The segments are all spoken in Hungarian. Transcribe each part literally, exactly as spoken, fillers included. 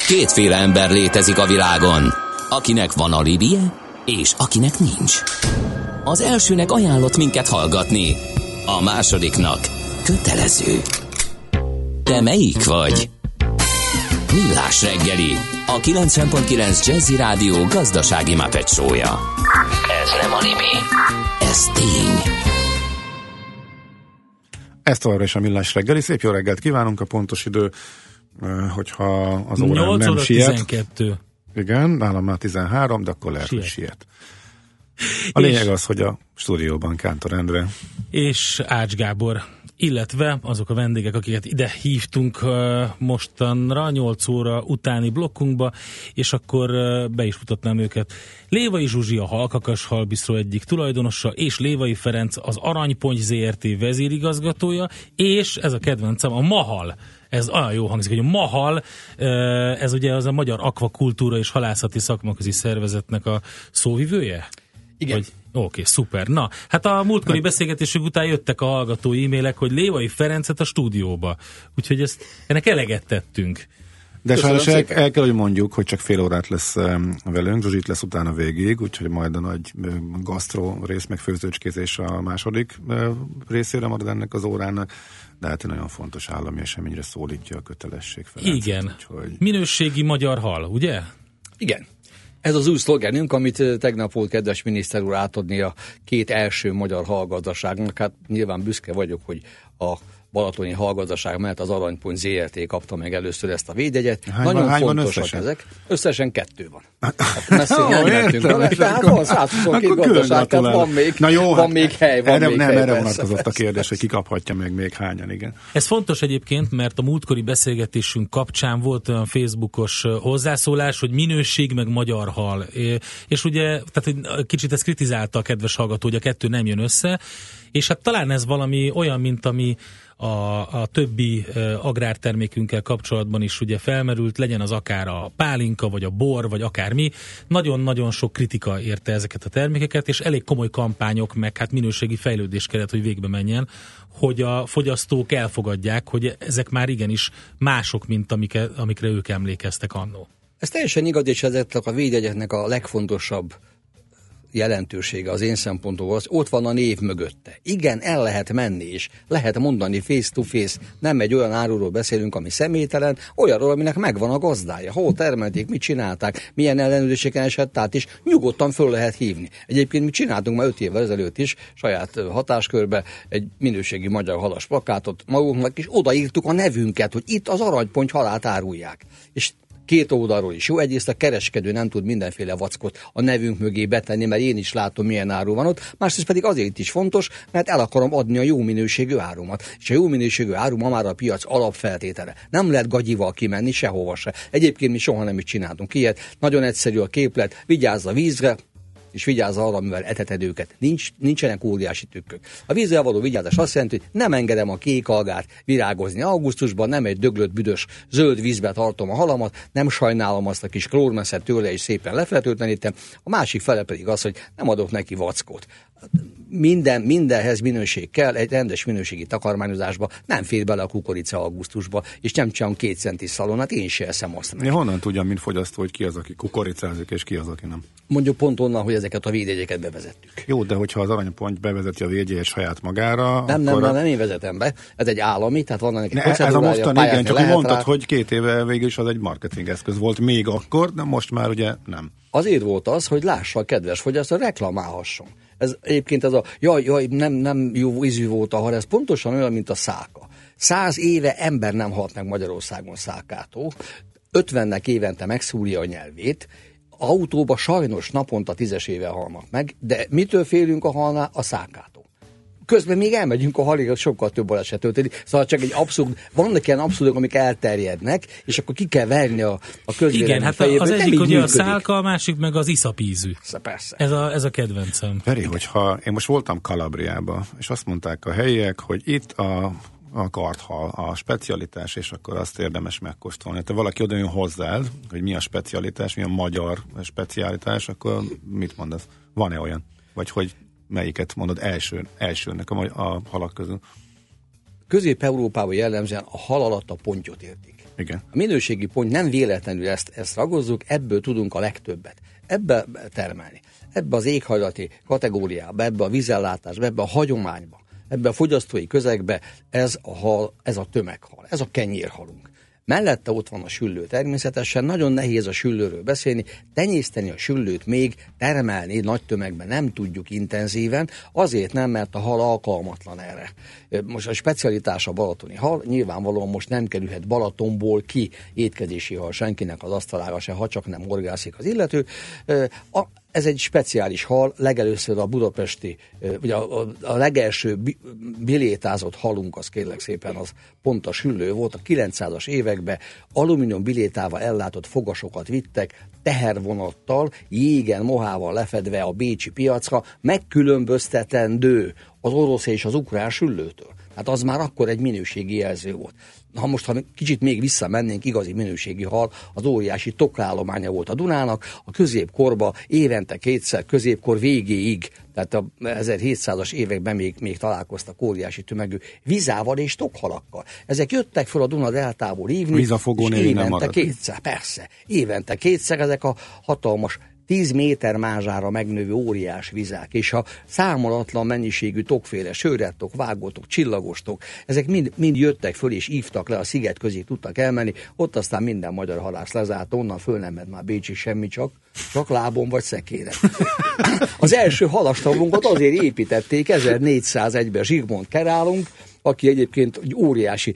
Kétféle ember létezik a világon, akinek van alibije, és akinek nincs. Az elsőnek ajánlott minket hallgatni, a másodiknak kötelező. Te melyik vagy? Millás reggeli, a kilencven pont kilenc Jazzy Rádió gazdasági Muppet show-ja. Ez nem anime, ez tény. Ez továbbra is a Millás reggeli. Szép jó reggelt kívánunk, a pontos idő, hogyha az órán nem siet. tizenkettő. Igen, nálam már tizenhárom, de akkor lehet, siet. hogy siet. A lényeg az, hogy a stúdióban Kántor Endre és Ács Gábor, illetve azok a vendégek, akiket ide hívtunk mostanra, nyolc óra utáni blokkunkba, és akkor be is mutatnám őket. Lévai Zsuzsi, a Halkakas Halbisztró egyik tulajdonosa, és Lévai Ferenc, az Aranyponty zé er té vezérigazgatója, és ez a kedvencem, a Mahal. Ez olyan jó hangzik, hogy a Mahal, ez ugye az a Magyar Akvakultúra és Halászati Szakmaközi Szervezetnek a szóvivője? Igen. Vagy, oké, szuper. Na, hát a múltkori hát. beszélgetésünk után jöttek a hallgató e-mailek, hogy Lévai Ferencet a stúdióba. Úgyhogy ezt, ennek eleget tettünk. De sajnos el, el kell, hogy mondjuk, hogy csak fél órát lesz velünk, Zsuzsit lesz utána végig, úgyhogy majd a nagy gasztró rész, meg főzőcskézés a második részére marad ennek az órának, de hát egy nagyon fontos állami eseményre szólítja a kötelesség Ferencet. Igen. Úgyhogy... minőségi magyar hal, ugye? Igen. Ez az új szlogenünk, amit tegnap volt kedves miniszter úr átadni a két első magyar hallgazdaságnak. Hát nyilván büszke vagyok, hogy a balatoni hallgazdaság mellett az Aranyponty zé er té kapta meg először ezt a védjegyet. Hány Nagyon van, fontosak összesen? ezek. Összesen kettő van. Hát messzire nem mentünk vele, de hát van százhuszonkettő gazdaság, tehát van még, Na jó, van hát még hely. Van erre, még nem, hely, erre persze, vonatkozott persze, a kérdés, persze. hogy ki kaphatja meg még hányan, igen. Ez fontos egyébként, mert a múltkori beszélgetésünk kapcsán volt olyan Facebookos hozzászólás, hogy minőség meg magyar hal. És ugye, tehát kicsit ezt kritizálta a kedves hallgató, hogy a kettő nem jön össze, és hát talán ez valami olyan, mint ami A, a többi e, agrártermékünkkel kapcsolatban is ugye felmerült, legyen az akár a pálinka, vagy a bor, vagy akármi. Nagyon-nagyon sok kritika érte ezeket a termékeket, és elég komoly kampányok, meg hát minőségi fejlődés kellett, hogy végbe menjen, hogy a fogyasztók elfogadják, hogy ezek már igenis mások, mint amike, amikre ők emlékeztek annó. Ez teljesen igaz, és ezeknek a védjegyeknek a legfontosabb jelentősége az én szempontomból az, ott van a név mögötte. Igen, el lehet menni, és lehet mondani face to face, nem egy olyan áruról beszélünk, ami személytelen, olyanról, aminek megvan a gazdája. Hol termelték, mit csinálták, milyen ellenőrzéseken esett át, és nyugodtan föl lehet hívni. Egyébként mi csináltunk már öt évvel ezelőtt is saját hatáskörbe egy minőségi magyar halas plakátot magunknak, és odaírtuk a nevünket, hogy itt az Aranyponty halát árulják. És két oldalról is jó. Egyrészt a kereskedő nem tud mindenféle vackot a nevünk mögé betenni, mert én is látom, milyen áru van ott. Másrészt pedig azért is fontos, mert el akarom adni a jó minőségű árumat. És a jó minőségű áru ma már a piac alapfeltétele. Nem lehet gagyival kimenni sehova se. Egyébként mi soha nem is csináltunk ilyet. Nagyon egyszerű a képlet, vigyázz a vízre, és vigyázz arra, amivel eteted őket. Nincs, nincsenek óriási tükkök. A vízzel való vigyázás azt jelenti, hogy nem engedem a kék algát virágozni augusztusban, nem egy döglött, büdös zöld vízbe tartom a halamat, nem sajnálom azt a kis klórmesszet tőle, és szépen lefertőtlenítem. A másik fele pedig az, hogy nem adok neki vackót. Minden, mindenhez minőség kell, egy rendes minőségi takarmányozásba nem fér bele a kukorica augusztusba, és nem csinálom két centis szalonnát, én se eszem azt meg. Én honnan tudjam, mint fogyasztó, hogy ki az, aki kukoricázik, és ki az, aki nem? Mondjuk pont onnan, hogy ezeket a védjegyeket bevezettük. Jó, de hogyha az Aranyponty bevezeti a védjegyet saját magára, Nem, akkor... nem, nem, nem én vezetem be. Ez egy állami, tehát van ennek egy ne, ez a mostani, igen, csak mondtad, rá... hogy két éve végül is az egy marketing eszköz volt még akkor, de most már ugye nem. Azért volt az, hogy lássa a kedves fogyasztó, reklamálhasson. Ez egyébként ez a jaj, jaj, nem, nem jó ízű volt a hal, ez pontosan olyan, mint a száka. Száz éve ember nem halt meg Magyarországon szákától, ötvennek évente megszúrja a nyelvét, autóba sajnos naponta tízesével halnak meg, de mitől félünk a halnál? A szákától. Közben még elmegyünk a halig, sokkal több baleset történik. Szóval csak egy abszurd, vannak ilyen abszurdok, amik elterjednek, és akkor ki kell verni a, a közvélemény Igen, hát fejébe. az egyik ugye a szálka, a másik meg az iszapízű. Persze. Ez a, ez a kedvencem. Feri, hogyha én most voltam Kalabriába, és azt mondták a helyiek, hogy itt a a karthal, a specialitás, és akkor azt érdemes megkóstolni. Ha valaki oda jön hozzád, hogy mi a specialitás, mi a magyar specialitás, akkor mit mondasz? Van-e olyan? Vagy hogy melyiket mondod első, elsőnek a, a halak közül? Közép-Európában jellemzően a hal alatt a pontyot értik. Igen. A minőségi pont nem véletlenül ezt, ezt ragozzuk, ebből tudunk a legtöbbet. Ebbe termelni. Ebbe az éghajlati kategóriába, ebbe a vízellátásba, ebbe a hagyományba, ebbe a fogyasztói közegbe ez a hal, ez a tömeghal, ez a kenyérhalunk. Mellette ott van a süllő természetesen, nagyon nehéz a süllőről beszélni, tenyészteni a süllőt még, termelni nagy tömegben nem tudjuk intenzíven, azért nem, mert a hal alkalmatlan erre. Most a specialitás a balatoni hal, nyilvánvalóan most nem kerülhet Balatonból ki étkezési hal senkinek az asztalára se, ha csak nem horgászik az illető. A Ez egy speciális hal, legelőször a budapesti, ugye a, a, a legelső bilétázott halunk, az kérlek szépen, az pont a süllő volt. A kilencszázas években alumínium bilétával ellátott fogasokat vittek, tehervonattal, jégen, mohával lefedve a bécsi piacra, megkülönböztetendő az orosz és az ukrán süllőtől. Hát az már akkor egy minőségi jelző volt. Ha most, ha kicsit még visszamennénk, igazi minőségi hal, az óriási tokállománya volt a Dunának, a középkorban évente kétszer, középkor végéig, tehát a ezerhétszázas években még, még találkoztak óriási tömegű vizával és tokhalakkal. Ezek jöttek fel a Duna deltából ívni, és évente kétszer, persze, évente kétszer ezek a hatalmas tíz méter mázsára megnövő óriás vizák, és a számolatlan mennyiségű tokféle sőrettok, vágótok, csillagostok, ezek mind, mind jöttek föl és ívtak le, a sziget közé tudtak elmenni, ott aztán minden magyar halász lezárt, onnan föl nem ment már Bécsig semmi, csak, csak lábon vagy szekére. Az első halastavunkat azért építették ezernégyszázegyben Zsigmond Kerálunk, aki egyébként egy óriási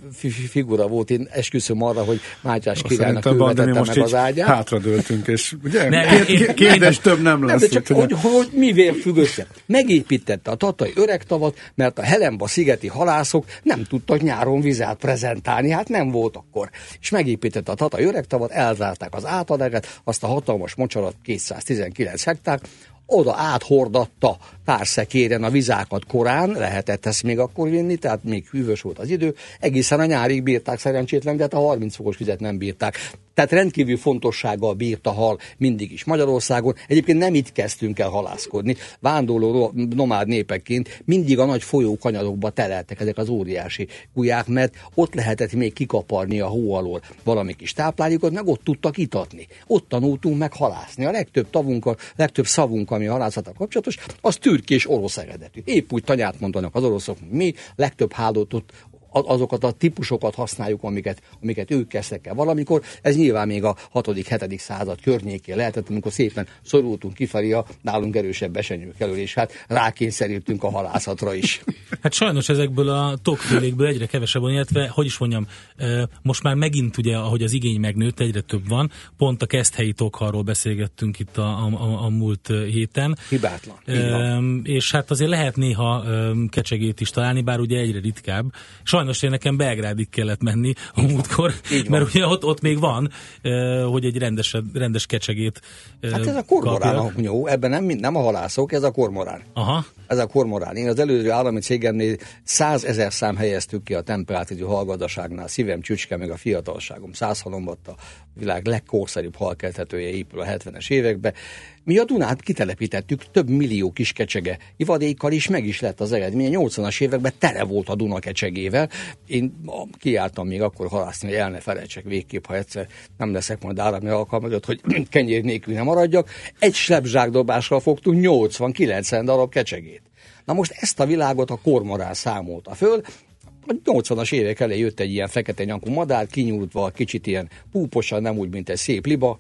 figura volt, én esküszöm arra, hogy Mátyás királynak ő vetette meg az ágyát. Hátradőltünk, és ugye ne, kérdés több nem lesz. Nem, de csak hogy, hogy mivel függ össze. Megépítette a tatai öregtavat, mert a Helenba szigeti halászok nem tudtak nyáron vizet prezentálni, hát nem volt akkor. És megépítette a tatai öregtavat, elzárták az átadeget, azt a hatalmas mocsarat, kétszáztizenkilenc hektár, oda áthordatta társzekéren a vizákat korán, lehetett ezt még akkor vinni, tehát még hűvös volt az idő, egészen a nyárig bírták szerencsétlen, de hát a harminc fokos vizet nem bírták. Tehát rendkívül fontossággal bírt a hal mindig is Magyarországon. Egyébként nem itt kezdtünk el halászkodni. Vándorló nomád népekként mindig a nagy folyókanyarokba teleltek ezek az óriási gulyák, mert ott lehetett még kikaparni a hó alól valami kis táplálékot, meg ott tudtak itatni. Ott tanultunk meg halászni. A legtöbb tavunk, a legtöbb szavunk, ami a halászattal kapcsolatos, az türkés orosz eredetű. Épp úgy tanyát mondanak az oroszok, mi legtöbb hálót ott azokat a típusokat használjuk, amiket, amiket ők kezdtek el valamikor. Ez nyilván még a hatodik-hetedik század környékén lehetett, amikor szépen szorultunk kifelé a nálunk erősebb esenyők elől, és hát rákényszerültünk a halászatra is. Hát sajnos ezekből a tokfélékből egyre kevesebb van, illetve, hogy is mondjam, most már megint ugye, ahogy az igény megnőtt, egyre több van. Pont a keszthelyi tokhalról beszélgettünk itt a, a, a múlt héten. Hibátlan. E, és hát azért lehet néha kecsegét is találni, bár ugye egyre ritkább. Sajnos én nekem Belgrádig kellett menni a múltkor, mert ugye ott, ott még van, hogy egy rendes, rendes kecsegét Hát ez a kormorán, jó, ebben nem, nem a halászok, ez a kormorán. Aha. Ez a kormorán. Én az előző állami cégemnél százezer szám helyeztük ki a temperáturű halgazdaságnál, szívem csücske, meg a fiatalságom. Száz halombatta, a világ legkorszerűbb halkeltetője épül a hetvenes években. Mi a Dunát kitelepítettük, több millió kis kecsege ivadékkal is, meg is lett az eredmény. nyolcvanas években tele volt a Duna kecsegével. Én kiálltam még akkor halászni, hogy el ne felejtsek végképp, ha egyszer nem leszek majd állami alkalmazott, hogy kenyér nélkül nem maradjak. Egy slepzsákdobással fogtunk nyolcvan-kilencven darab kecsegét. Na most ezt a világot a kormorán számolta föl. A nyolcvanas évek elején jött egy ilyen fekete nyakú madár, kinyújtva, kicsit ilyen púposan, nem úgy, mint egy szép liba,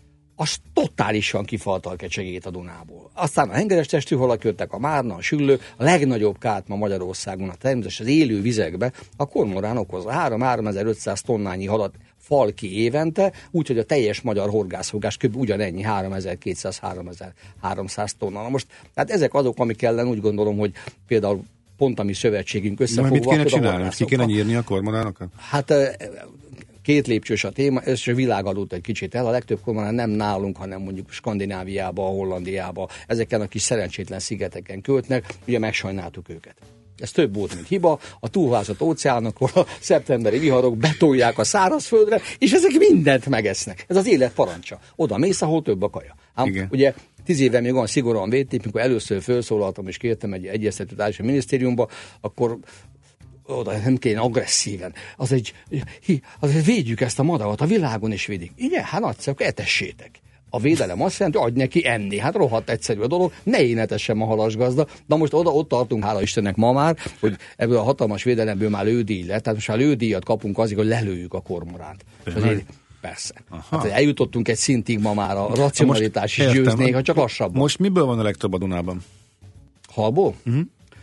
az totálisan kifalta a kecsegét a Dunából. Aztán a hengeres testű halak jöttek, a márna, a süllő, a legnagyobb kárt ma Magyarországon, a természetesen az élő vizekbe, a kormorán okozza három-háromezerötszáz tonnányi halat fal ki évente, úgyhogy a teljes magyar horgászfogás kb. Ugyanennyi háromezer-kétszáz-háromezer-háromszáz tonna. Na most, tehát ezek azok, amik ellen úgy gondolom, hogy például pont a mi szövetségünk összefogva. Mit kéne csinálni? Ki kéne nyírni a kormoránokat? Hát két lépcsős a téma, ez a világ adott egy kicsit el, a legtöbb kormorán nem nálunk, hanem mondjuk Skandináviába, Hollandiába, ezeken a kis szerencsétlen szigeteken költnek, ugye megsajnáltuk őket. Ez több volt, mint hiba. A túlvázott óceánokon a szeptemberi viharok betolják a szárazföldre, és ezek mindent megesznek. Ez az élet parancsa. Oda mész, ahol több a kaja. Ám, ugye tíz éve még olyan szigorúan védték, mikor először felszólaltam és kértem egy egyeztető társadalmi minisztériumba, akkor oda nem kéne agresszíven. Az egy, az védjük ezt a madarat, a világon is védik. Igen, hát nagyszerű, etessétek. A védelem azt jelenti, adj neki enni. Hát rohadt egyszerű a dolog, ne én etessem a halasgazda. De most oda, ott tartunk, hála Istennek ma már, hogy ebből a hatalmas védelemből már lődíj lett. Tehát most már lődíjat kapunk azért, hogy lelőjük a kormoránt. Azért, persze. Hát, eljutottunk egy szintig ma már, a racionalitás is győznék, ha csak lassabban. Most miből van a legtöbb a Dunában? Halból? Uh-huh.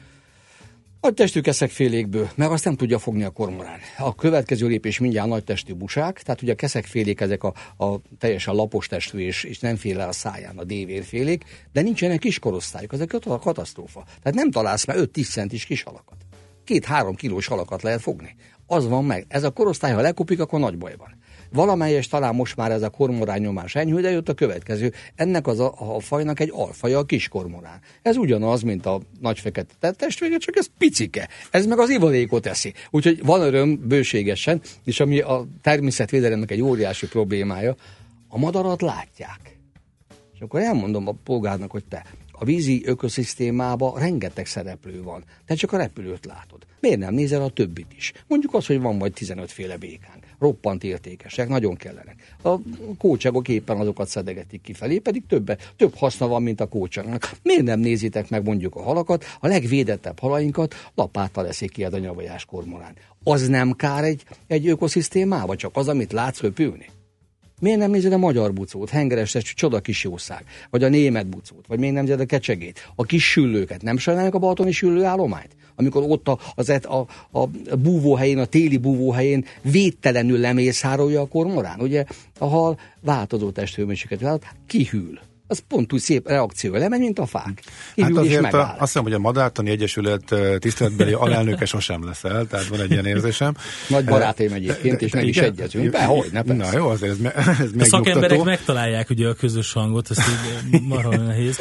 Nagytestű keszekfélékből, mert azt nem tudja fogni a kormorán. A következő lépés mindjárt nagytestű busák, tehát ugye a keszekfélék ezek a, a teljesen lapos testű és, és nem fél el a száján a dévérfélék, de nincsenek kiskorosztályok, ezek a katasztrófa. Tehát nem találsz már öt-tíz centis kis halakat. Két-három kilós halakat lehet fogni. Az van meg. Ez a korosztály, ha lekopik, akkor nagy baj van. Valamelyes talán most már ez a kormorán nyomás enyhül, de jött a következő. Ennek az a, a fajnak egy alfaja a kis kormorán. Ez ugyanaz, mint a nagy fekete testvére, csak ez picike. Ez meg az ivarékot eszi. Úgyhogy van öröm bőségesen, és ami a természetvédelemnek egy óriási problémája, a madarat látják. És akkor elmondom a polgárnak, hogy te, a vízi ökoszisztémában rengeteg szereplő van. Te csak a repülőt látod. Miért nem nézel a többit is? Mondjuk azt, hogy van majd tizenöt féle békánk. Roppant értékesek, nagyon kellenek. A kócsagok éppen azokat szedegetik kifelé, pedig többe, több haszna van, mint a kócsagnak. Miért nem nézitek meg mondjuk a halakat, a legvédettebb halainkat lapáttal eszik ki a nyavajás kormorán. Az nem kár egy, egy ökoszisztémába, csak az, amit látsz röpülni? Miért nem nézed a magyar bucót, hengeres csoda kis jószág, vagy a német bucót, vagy miért nem nézed a kecsegét, a kis süllőket? Nem sajnálják a balatoni süllőállományt? Amikor ott a, az et, a, a búvóhelyén, a téli búvóhelyén védtelenül lemészárolja a kormorán. Ugye a hal változó testhőmérsékletet vállalt, kihűl. Az pont úgy szép reakció, lemegy, mint a fák. Kihűl hát azért a, azt hiszem, hogy a Madártani Egyesület tiszteletbeli alelnöke sosem leszel, tehát van egy ilyen érzésem. Nagy barátaim egyébként, de, és meg igen, is egyezünk. Behogy, ne persze. Na jó, azért ez, me, ez megnyugtató. A szakemberek megtalálják ugye a közös hangot, ezt így marha nehéz.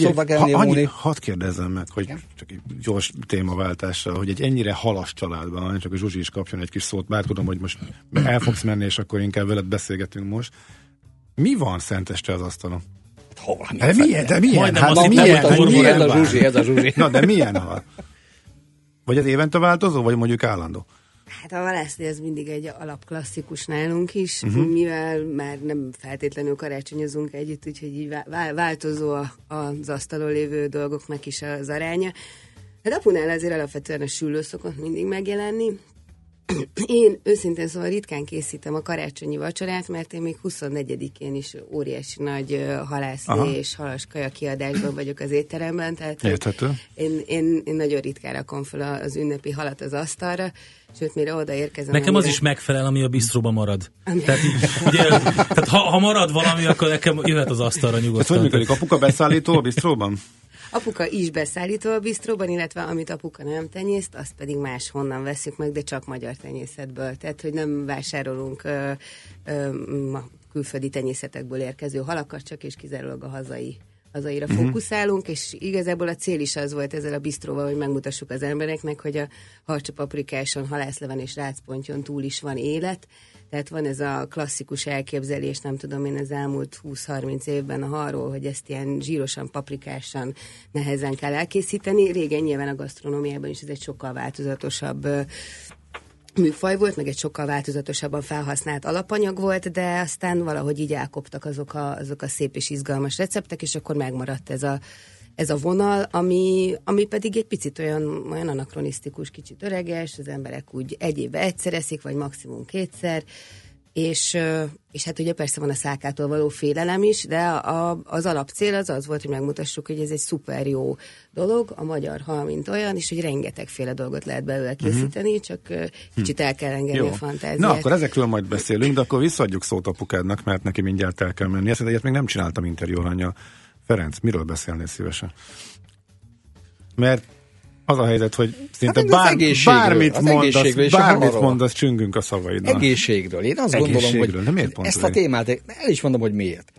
Szóval hadd kérdezzem meg, hogy csak egy gyors témaváltásra, hogy egy ennyire halas családban, csak a Zsuzsi is kapjon egy kis szót, bár tudom, hogy most el fogsz menni, és akkor inkább veled beszélgetünk most. Mi van Szenteste az asztalon? Hol, de milyen, de milyen? Hát, de milyen, a Zsuzsi, ez a Zsuzsi, ez a Zsuzsi. Na, de milyen hal? Vagy az évente változó, vagy mondjuk állandó? Hát a valászlé ez mindig egy alapklasszikus nálunk is, uh-huh. mivel már nem feltétlenül karácsonyozunk együtt, úgyhogy így változó az asztalon lévő dolgoknak is az aránya. Hát apunál azért alapvetően a süllő szokott mindig megjelenni. Én őszintén szóval ritkán készítem a karácsonyi vacsorát, mert én még huszonnegyedikén is óriási nagy halászlé Aha. és halaskaja kiadásban vagyok az étteremben, tehát én, én, én nagyon ritkán rakom fel az ünnepi halat az asztalra, sőt, mire odaérkezem. Nekem amire... az is megfelel, ami a bistróban marad. Tehát, ugye, tehát ha, ha marad valami, akkor nekem jöhet az asztalra nyugodtan. Tehát hogy működik? Apuka beszállító a bistróban? Apuka is beszállító a bistróban, illetve amit apuka nem tenyészt, azt pedig máshonnan veszük meg, de csak magyar tenyészetből. Tehát, hogy nem vásárolunk ö, ö, a külföldi tenyészetekből érkező halakat, csak és kizárólag a hazai, hazaira uh-huh. fókuszálunk, és igazából a cél is az volt ezzel a bistróval, hogy megmutassuk az embereknek, hogy a harcsapaprikáson, halászleven és rácpontyon túl is van élet. Tehát van ez a klasszikus elképzelés, nem tudom én, az elmúlt húsz-harminc évben a halról, hogy ezt ilyen zsírosan, paprikásan nehezen kell elkészíteni. Régen nyilván a gasztronómiában is ez egy sokkal változatosabb műfaj volt, meg egy sokkal változatosabban felhasznált alapanyag volt, de aztán valahogy így elkoptak azok a, azok a szép és izgalmas receptek, és akkor megmaradt ez a ez a vonal, ami, ami pedig egy picit olyan, olyan anakronisztikus, kicsit öreges, az emberek úgy egy évbe egyszer eszik, vagy maximum kétszer, és, és hát ugye persze van a szálkától való félelem is, de a, az alapcél az az volt, hogy megmutassuk, hogy ez egy szuper jó dolog, a magyar hal, mint olyan, és hogy rengetegféle dolgot lehet belőle készíteni, uh-huh. csak kicsit el kell engedni a fantáziát. Na, akkor ezekről majd beszélünk, de akkor visszaadjuk szót apukádnak, mert neki mindjárt el kell menni. Ezt egyet még nem csináltam interjú alanya. Ferenc, miről beszélnél szívesen? Mert az a helyzet, hogy szinte hát bár, bármit mondasz, bármit mondasz, csüngünk a szavaidnak. Egészségről. Én azt gondolom, hogy ezt a témát, el is mondom, hogy miért.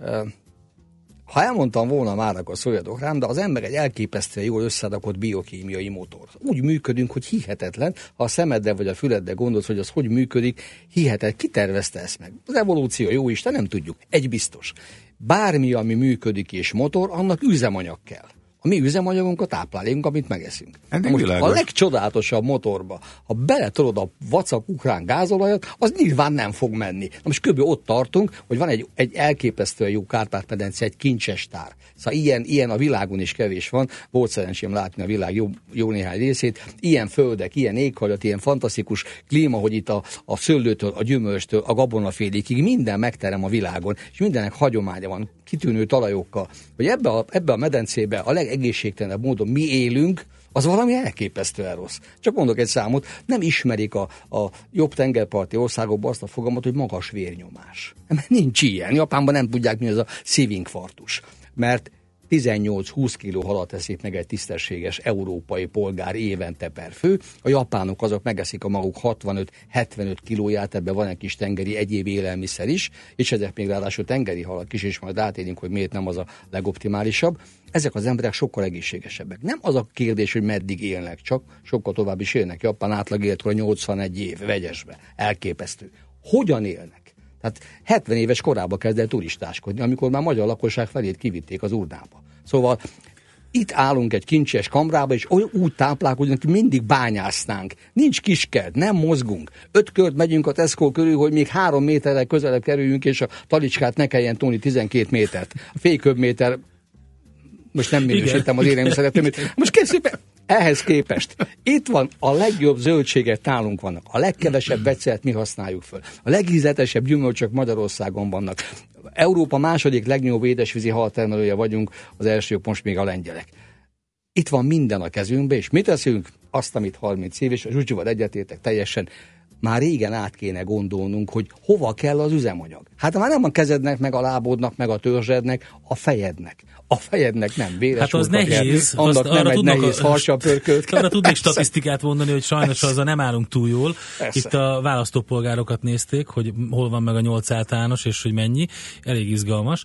Ha elmondtam volna már, akkor szóljatok rám, de az ember egy elképesztően jól összerakott biokémiai motor. Úgy működünk, hogy hihetetlen, ha a szemeddel vagy a füleddel gondolsz, hogy az hogy működik, hihetetlen. Ki tervezte ezt meg? Az evolúció, jó Isten, nem tudjuk. Egy biztos. Bármi, ami működik és motor, annak üzemanyag kell. A mi üzemanyagunk a táplálékunk, amit megeszünk. Most a legcsodálatosabb motorba, ha beletolod a vacak ukrán gázolajat, az nyilván nem fog menni. Na most kb. Ott tartunk, hogy van egy, egy elképesztően jó Kárpát-medence, egy kincsestár. Szóval ilyen, ilyen a világon is kevés van. Volt szerencsém látni a világ jó, jó néhány részét. Ilyen földek, ilyen éghajlat, ilyen fantasztikus klíma, hogy itt a, a szőlőtől, a gyümölcstől, a gabonafélékig minden megterem a világon, és mindennek hagyománya van, kitűnő talajokkal. Hogy ebbe a, ebbe a medencébe a legegészségtelenebb módon mi élünk, az valami elképesztően rossz. Csak mondok egy számot, nem ismerik a, a jobb tengerparti országokban azt a fogalmat, hogy magas vérnyomás. Mert nincs ilyen. Japánban nem tudják, mi az a szívinfarktus. Mert tizennyolc-húsz kiló halat eszik meg egy tisztességes európai polgár évente per fő. A japánok azok megeszik a maguk hatvanöt-hetvenöt kilóját, ebben van egy kis tengeri egyéb élelmiszer is, és ezek még ráadásul tengeri halak is, és majd átérünk, hogy miért nem az a legoptimálisabb. Ezek az emberek sokkal egészségesebbek. Nem az a kérdés, hogy meddig élnek, csak sokkal tovább is élnek. Japán átlag életkor nyolcvanegy év, vegyesbe. Elképesztő. Hogyan élnek? Tehát hetven éves korában kezdett turistáskodni, amikor már magyar lakosság felét kivitték az urnába. Szóval itt állunk egy kincses kamrába, és úgy táplálkozunk, hogy mindig bányásznánk. Nincs kiskert, nem mozgunk. Öt kört megyünk a Tesco körül, hogy még három méterrel közelebb kerüljünk, és a talicskát ne kelljen tolni tizenkét métert. Fél köbméter, most nem minősítem az élelmiszeret, most készüljük. Ehhez képest itt van a legjobb zöldségek nálunk vannak, a legkevesebb vegyszert mi használjuk föl, a legízletesebb gyümölcsök Magyarországon vannak. Európa második legnagyobb édesvízi haltermelője vagyunk, az elsők most még a lengyelek. Itt van minden a kezünkbe, és mit teszünk? Azt, amit harminc év, és a Zsuzsival egyetértek teljesen, már régen át kéne gondolnunk, hogy hova kell az üzemanyag. Hát már nem a kezednek, meg a lábodnak, meg a törzsednek, a fejednek. A fejednek nem véres. Hát az nehéz. Kell, annak nem egy nehéz harsapörkölt kell. Arra tudnék statisztikát mondani, hogy sajnos azzal nem állunk túl jól. Persze. Itt a választópolgárokat nézték, hogy hol van meg a nyolc általános, és hogy mennyi. Elég izgalmas.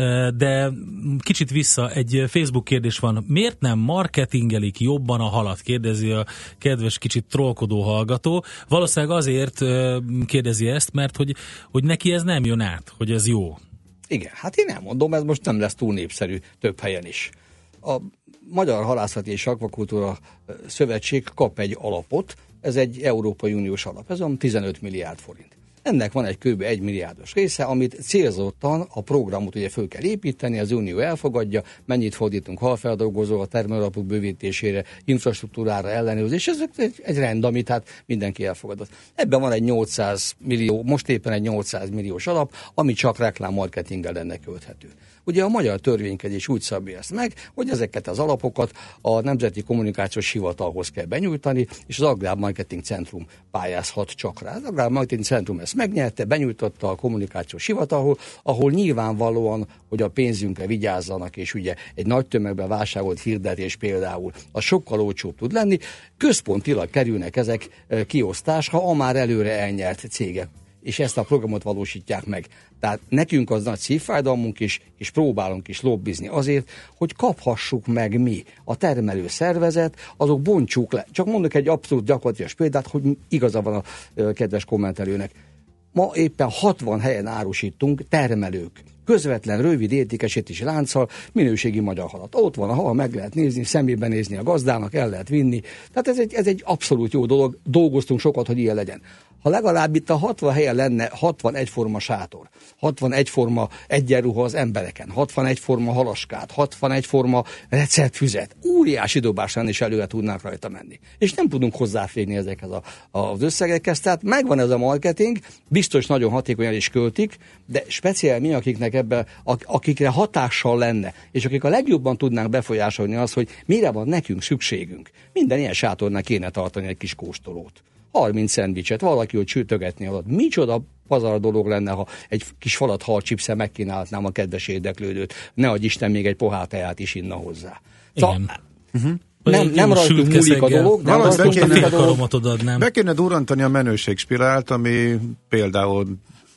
De kicsit vissza, egy Facebook kérdés van. Miért nem marketingelik jobban a halat? Kérdezi a kedves kicsit trollkodó hallgató. Valószínűleg azért kérdezi ezt, mert hogy, hogy neki ez nem jön át, hogy ez jó. Igen, hát én elmondom, ez most nem lesz túl népszerű több helyen is. A Magyar Halászati és Akvakultúra Szövetség kap egy alapot, ez egy Európai Uniós alap, ez olyan tizenöt milliárd forint. Ennek van egy kb. egy milliárdos része, amit célzottan a programot ugye föl kell építeni, az Unió elfogadja, mennyit fordítunk halfeldolgozó, a termelőalapok bővítésére, infrastruktúrára, ellenőrzés, ez egy, egy rend, amit hát mindenki elfogadott. Ebben van egy nyolcszáz millió, most éppen egy nyolcszáz milliós alap, ami csak reklámmarketinggel lenne költhető. Ugye a magyar törvénykezés úgy szabja ezt meg, hogy ezeket az alapokat a Nemzeti Kommunikációs Hivatalhoz kell benyújtani, és az Agrármarketing Centrum pályázhat csak rá. Az Agrármarketing Centrum ezt megnyerte, benyújtotta a Kommunikációs Hivatalhoz, ahol nyilvánvalóan, hogy a pénzünkre vigyázzanak, és ugye egy nagy tömegben vásárolt hirdetés például, az sokkal olcsóbb tud lenni. Központilag kerülnek ezek kiosztásra a már előre elnyert cégek, és ezt a programot valósítják meg. Tehát nekünk az nagy szívfájdalmunk is, és próbálunk is lobbizni azért, hogy kaphassuk meg mi, a termelő szervezet, azok bontsuk le. Csak mondok egy abszolút gyakorlatilag példát, hogy igaza van a kedves kommentelőnek. Ma éppen hatvan helyen árusítunk termelők, közvetlen, rövid értékesítési lánccal minőségi magyar halat. Ott van a hal, meg lehet nézni, szemébe nézni a gazdának, el lehet vinni. Tehát ez egy, ez egy abszolút jó dolog, dolgoztunk sokat, hogy ilyen legyen. Ha legalább itt a hatvan helyen lenne hatvan egyforma sátor, hatvan egyforma egyenruha az embereken, hatvan egyforma halaskát, hatvan egyforma receptfüzet, óriási dobásán is előre tudnánk rajta menni. És nem tudunk hozzáférni ezekhez a, az összegekhez, tehát megvan ez a marketing, biztos nagyon hatékonyan is költik, de speciál mi, akiknek ebben, akikre hatással lenne, és akik a legjobban tudnánk befolyásolni az, hogy mire van nekünk szükségünk. Minden ilyen sátornak kéne tartani egy kis kóstolót. harminc szendvicset, valaki, hogy csütögetni alatt. Micsoda pazar dolog lenne, ha egy kis falat halcsipszel megkínálhatnám a kedves érdeklődőt. Ne adj Isten, még egy pohár teát is inna hozzá. Szóval, uh-huh. Nem, nem rajtunk múlik a dolog, de be kéne, a dolog. Be kéne durrantani a menőségspirált, ami például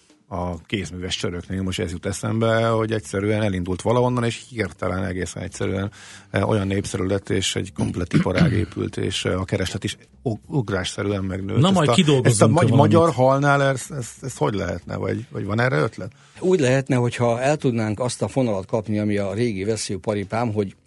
a kézműves csöröknél most ez jut eszembe, hogy egyszerűen elindult valahonnan, és hirtelen egészen egyszerűen olyan népszerű lett, és egy komplett iparág épült, és a kereslet is ugrásszerűen megnőtt. Na, majd kidolgozunk. Ezt a magy- magyar halnál ezt, ezt, ezt hogy lehetne, vagy, vagy van erre ötlet? Úgy lehetne, hogyha el tudnánk azt a fonalat kapni, ami a régi veszélyparipám, hogy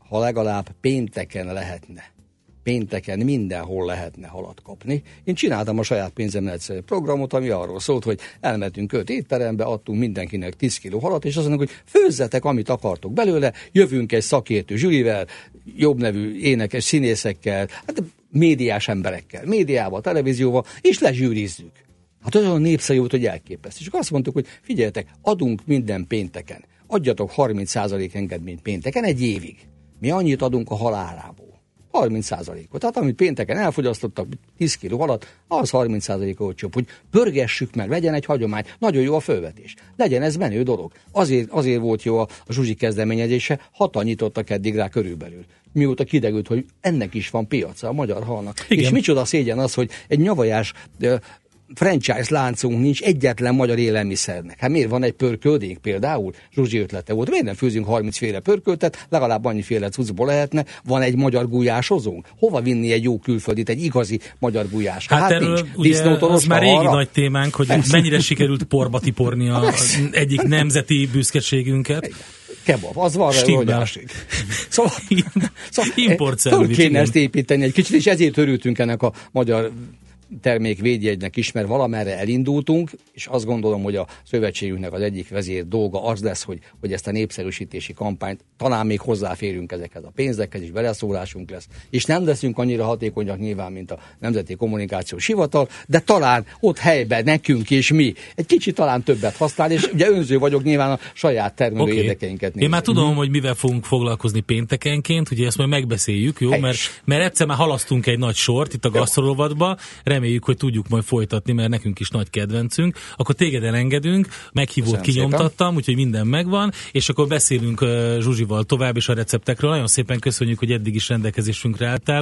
ha legalább pénteken lehetne. Pénteken mindenhol lehetne halat kapni. Én csináltam a saját pénzemre egyszerű programot, ami arról szólt, hogy elmentünk öt étterembe, adtunk mindenkinek tíz kiló halat, és azt mondjuk, hogy főzzetek, amit akartok belőle, jövünk egy szakértő zsűrivel, jobb nevű énekes színészekkel, hát médiás emberekkel, médiával, televízióval, és lezsűrizzük. Hát olyan népszerű volt, hogy elképesztő. És akkor azt mondtuk, hogy figyeljetek, adunk minden pénteken. Adjatok harminc százalék engedményt pénteken egy évig. Mi annyit adunk a halálából. harminc százalékot. Tehát amit pénteken elfogyasztottak tíz kiló halat, az harminc százalék olcsóbb, hogy pörgessük meg, legyen egy hagyomány. Nagyon jó a fölvetés. Legyen ez menő dolog. Azért, azért volt jó a, a Zsuzsi kezdeményezése, hatan nyitottak eddig rá körülbelül. Mióta kiderült, hogy ennek is van piaca a magyar halnak. Igen. És micsoda szégyen az, hogy egy nyavajás franchise láncunk nincs egyetlen magyar élelmiszernek. Hát miért van egy pörköldénk például? Zsuzsi ötlete volt. Miért nem főzünk harminc féle pörköltet, legalább annyiféle cuccból lehetne, van egy magyar gulyásozónk? Hova vinni egy jó külföldit, egy igazi magyar gulyás? Hát, hát erről nincs. Ugye az már régi arra? Nagy témánk, hogy ez. Mennyire sikerült porba tiporni a egyik nemzeti büszkeségünket. Kebab, az van rá óriásig. Szóval, szóval import kéne ezt építeni egy kicsit, és ezért örültünk ennek a magyar termékvédjegynek is, mert valamerre elindultunk, és azt gondolom, hogy a szövetségünknek az egyik vezér dolga az lesz, hogy, hogy ezt a népszerűsítési kampányt talán még hozzáférünk ezekhez a pénzekhez, és beleszólásunk lesz. És nem leszünk annyira hatékonyak nyilván, mint a Nemzeti Kommunikációs Hivatal, de talán ott helyben nekünk és mi egy kicsit talán többet használ, és ugye önző vagyok, nyilván a saját termelő okay. érdekeinket nézni. Én már tudom, hogy mivel fogunk foglalkozni péntekenként, ugye ezt majd megbeszéljük, jó? Mert, mert egyszer már halasztunk egy nagy sort itt a gasztrorovadba, reméljük, hogy tudjuk majd folytatni, mert nekünk is nagy kedvencünk. Akkor téged elengedünk, meghívót kinyomtattam, úgyhogy minden megvan, és akkor beszélünk uh, Zsuzsival tovább és a receptekről. Nagyon szépen köszönjük, hogy eddig is rendelkezésünkre álltál.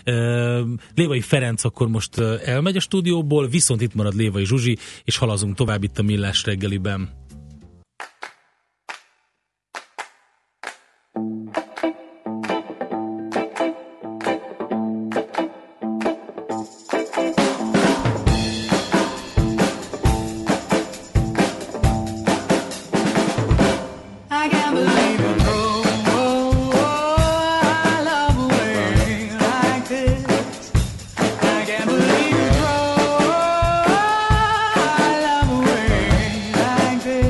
Uh, Lévai Ferenc akkor most uh, elmegy a stúdióból, viszont itt marad Lévai Zsuzsi, és halazunk tovább itt a Millás reggeliben. Like this.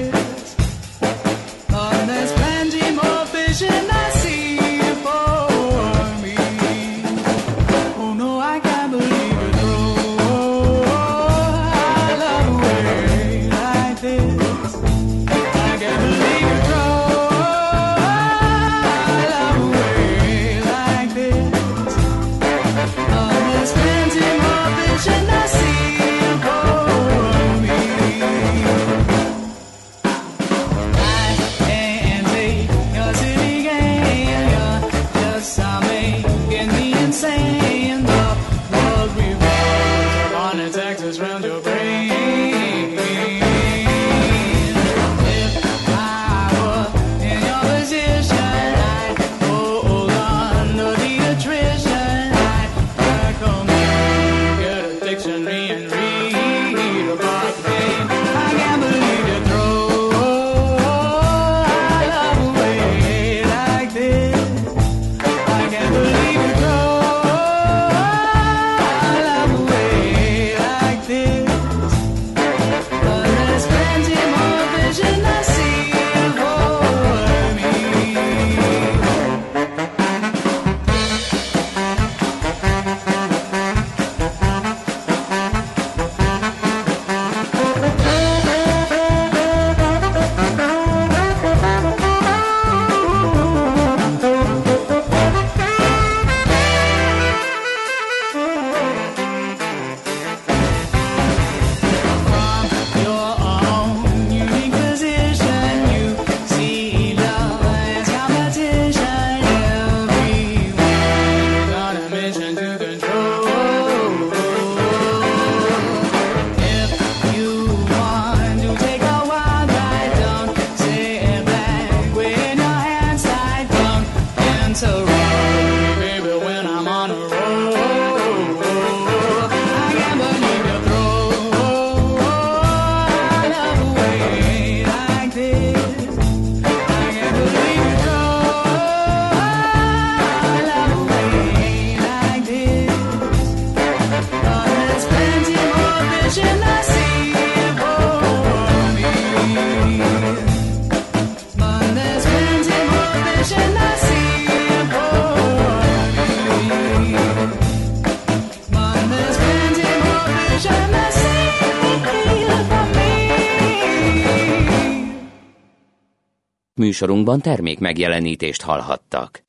Műsorunkban termék megjelenítést hallhattak.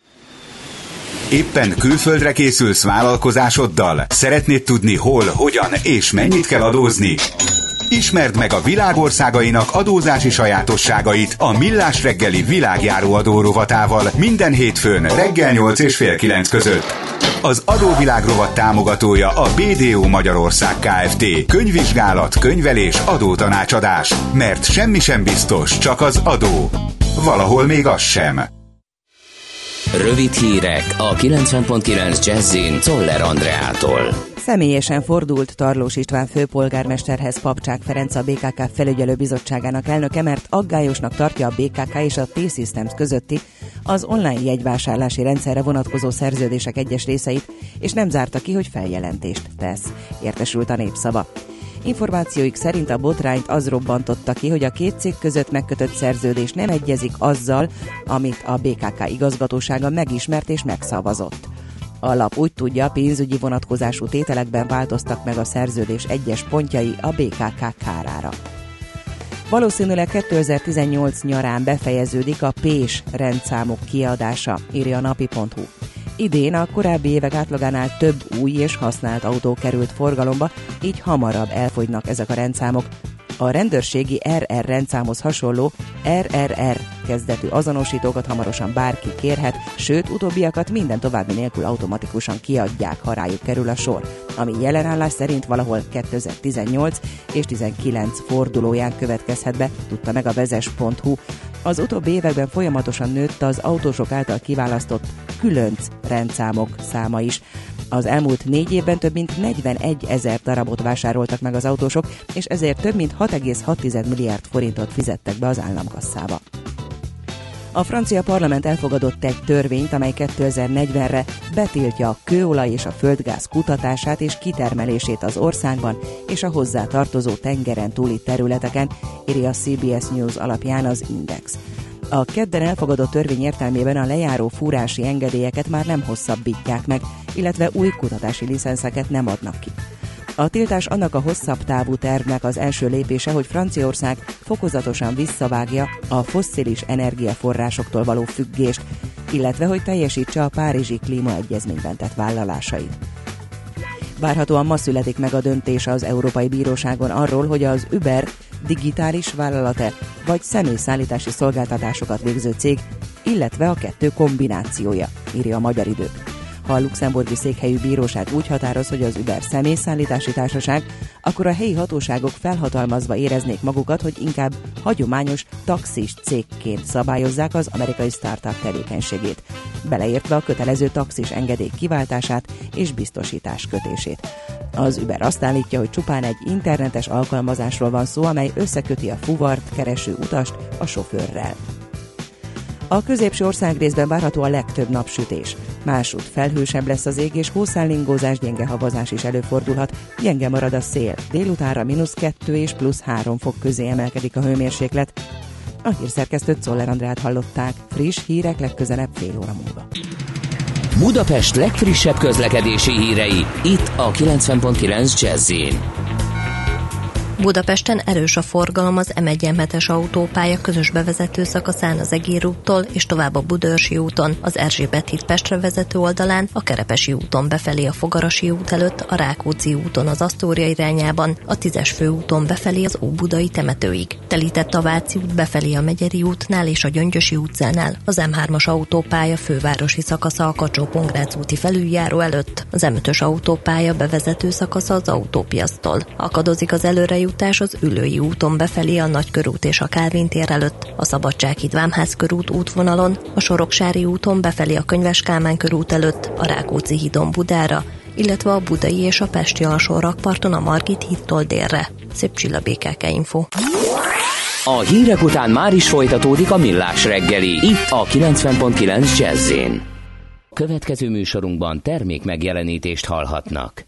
Éppen külföldre készülsz vállalkozásoddal? Szeretnéd tudni hol, hogyan és mennyit kell adózni? Ismerd meg a világ országainak adózási sajátosságait a Millás reggeli világjáró adó rovatával minden hétfőn reggel nyolc és fél kilenc között. Az Adóvilág rovat támogatója a bé dé o Magyarország Kft. Könyvvizsgálat, könyvelés, adótanácsadás. Mert semmi sem biztos, csak az adó. Valahol még az sem. Rövid hírek a kilencven pont kilenc Jazzin Czoller Andreától. Személyesen fordult Tarlós István főpolgármesterhez Papcsák Ferenc, a bé ká ká felügyelőbizottságának elnöke, mert aggályosnak tartja a bé ká ká és a T-Systems közötti az online jegyvásárlási rendszerre vonatkozó szerződések egyes részeit, és nem zárta ki, hogy feljelentést tesz. Értesült a Népszava. Információik szerint a botrányt az robbantotta ki, hogy a két cég között megkötött szerződés nem egyezik azzal, amit a bé ká ká igazgatósága megismert és megszavazott. A lap úgy tudja, pénzügyi vonatkozású tételekben változtak meg a szerződés egyes pontjai a bé ká ká kárára. Valószínűleg kétezer-tizennyolc nyarán befejeződik a Pés rendszámok kiadása, írja a napi pont hú. Idén a korábbi évek átlagánál több új és használt autó került forgalomba, így hamarabb elfogynak ezek a rendszámok. A rendőrségi er er rendszámhoz hasonló er er er kezdetű azonosítókat hamarosan bárki kérhet, sőt utóbbiakat minden további nélkül automatikusan kiadják, ha rájuk kerül a sor, ami jelenállás szerint valahol kétezer-tizennyolc és tizenkilenc fordulóján következhet be, tudta meg a vezes pont hú. Az utóbbi években folyamatosan nőtt az autósok által kiválasztott különc rendszámok száma is. Az elmúlt négy évben több mint negyvenegy ezer darabot vásároltak meg az autósok, és ezért több mint hat egész hat milliárd forintot fizettek be az államkasszába. A francia parlament elfogadott egy törvényt, amely kétezer-negyvenre betiltja a kőolaj és a földgáz kutatását és kitermelését az országban és a hozzá tartozó tengeren túli területeken, írja a cé bé es News alapján az Index. A kedden elfogadott törvény értelmében a lejáró fúrási engedélyeket már nem hosszabbítják meg, illetve új kutatási licenszeket nem adnak ki. A tiltás annak a hosszabb távú tervnek az első lépése, hogy Franciaország fokozatosan visszavágja a fosszilis energiaforrásoktól való függést, illetve hogy teljesítse a Párizsi Klímaegyezményben tett vállalásait. Várhatóan ma születik meg a döntés az Európai Bíróságon arról, hogy az Uber digitális vállalata vagy személyszállítási szolgáltatásokat végző cég, illetve a kettő kombinációja, írja a Magyar Idők. Ha a luxemburgi székhelyű bíróság úgy határoz, hogy az Uber személyszállítási társaság, akkor a helyi hatóságok felhatalmazva éreznék magukat, hogy inkább hagyományos taxis cégként szabályozzák az amerikai startup tevékenységét, beleértve a kötelező taxis engedély kiváltását és biztosítás kötését. Az Uber azt állítja, hogy csupán egy internetes alkalmazásról van szó, amely összeköti a fuvart kereső utast a sofőrrel. A középső országrészben várható a legtöbb napsütés. Másút felhősebb lesz az ég, és hószállingózás, gyenge havazás is előfordulhat, gyenge marad a szél. Délutánra mínusz kettő és plusz három fok közé emelkedik a hőmérséklet. A hírszerkesztőt, Czoller Andrát hallották. Friss hírek legközelebb fél óra múlva. Budapest legfrissebb közlekedési hírei, itt a kilencven pont kilenc Jazz-in. Budapesten erős a forgalom az em egy em hetes autópálya közös bevezető szakaszán az Egér úttól és tovább a Budaörsi úton, az Erzsébet híd Pestre vezető oldalán, a Kerepesi úton befelé a Fogarasi út előtt, a Rákóczi úton az Asztória irányában, a Tízes főúton befelé az Óbudai temetőig. Telített a Váci út befelé a Megyeri útnál és a Gyöngyösi utcánál, az em hármas autópálya fővárosi szakasza a Kacsó-Pongrác úti felüljáró előtt, az em ötös autópálya bevezető szakasza az Autópiasztól. Akadozik az előrejutás az Üllői úton befelé a Nagykörút és a Kálvin tér előtt, a Szabadsághíd Vámház körút útvonalon, a Soroksári úton befelé a Könyves Kálmán körút előtt, a Rákóczi hídon Budára, illetve a Budai és a Pesti alsó rakparton a Margit hídtól délre. Szép Csilla, bé ká ká Info. A hírek után már is folytatódik a Millás reggeli, itt a kilencven pont kilenc Jazz-in. Következő műsorunkban termék megjelenítést hallhatnak.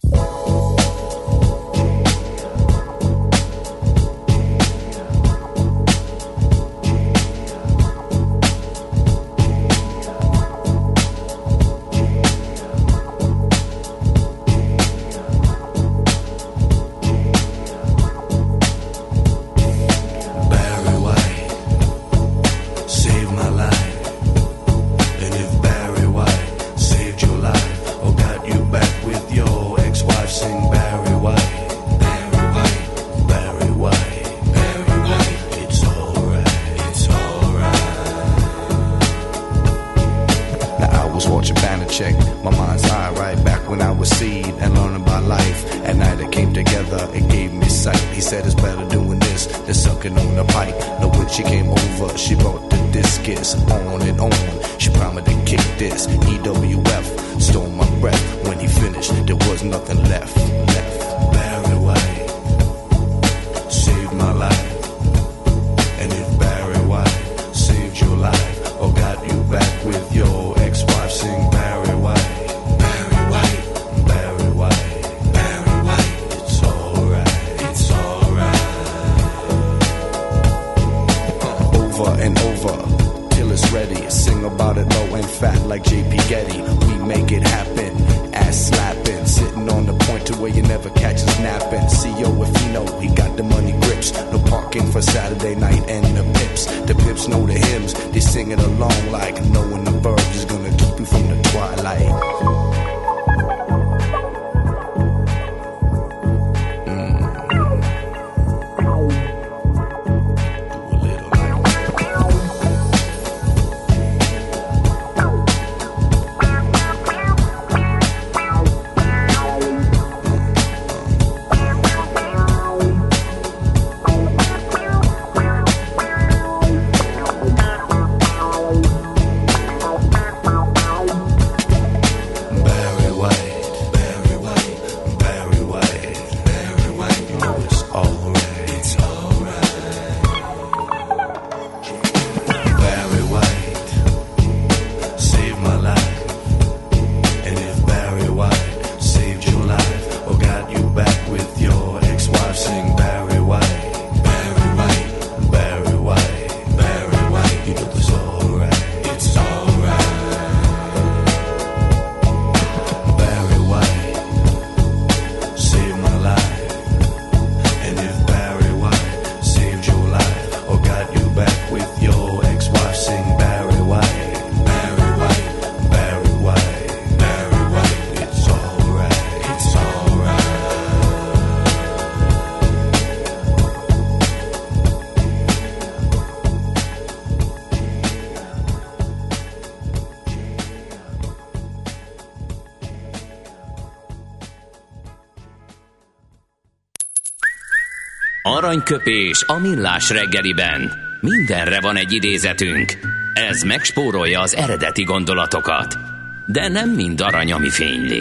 check my mind's eye right back when I was seed and learning about life. At night it came together, it gave me sight. He said it's better doing this than sucking on the pipe. Now when she came over, she brought the discus on and on. She promised to kick this. E W F stole my breath. When he finished, there was nothing left. Left. Barry White saved my life. And if Barry White saved your life or got you back with your ex-wife, sing Barry White. Barry White. Barry White. Barry White. It's alright. It's alright. Over and over till it's ready. Sing about it low and fat like J P Getty. We make it happen. Ass slapping. Sitting on the point to where you never catch us napping. C E O if you know he got the money grips. No parking for Saturday night and the pips. The pips know the hymns. They sing it along like knowing the verbs is gonna keep you from the twilight. Aranyköpés a millás reggeliben. Mindenre van egy idézetünk. Ez megspórolja az eredeti gondolatokat. De nem mind arany, ami fényli.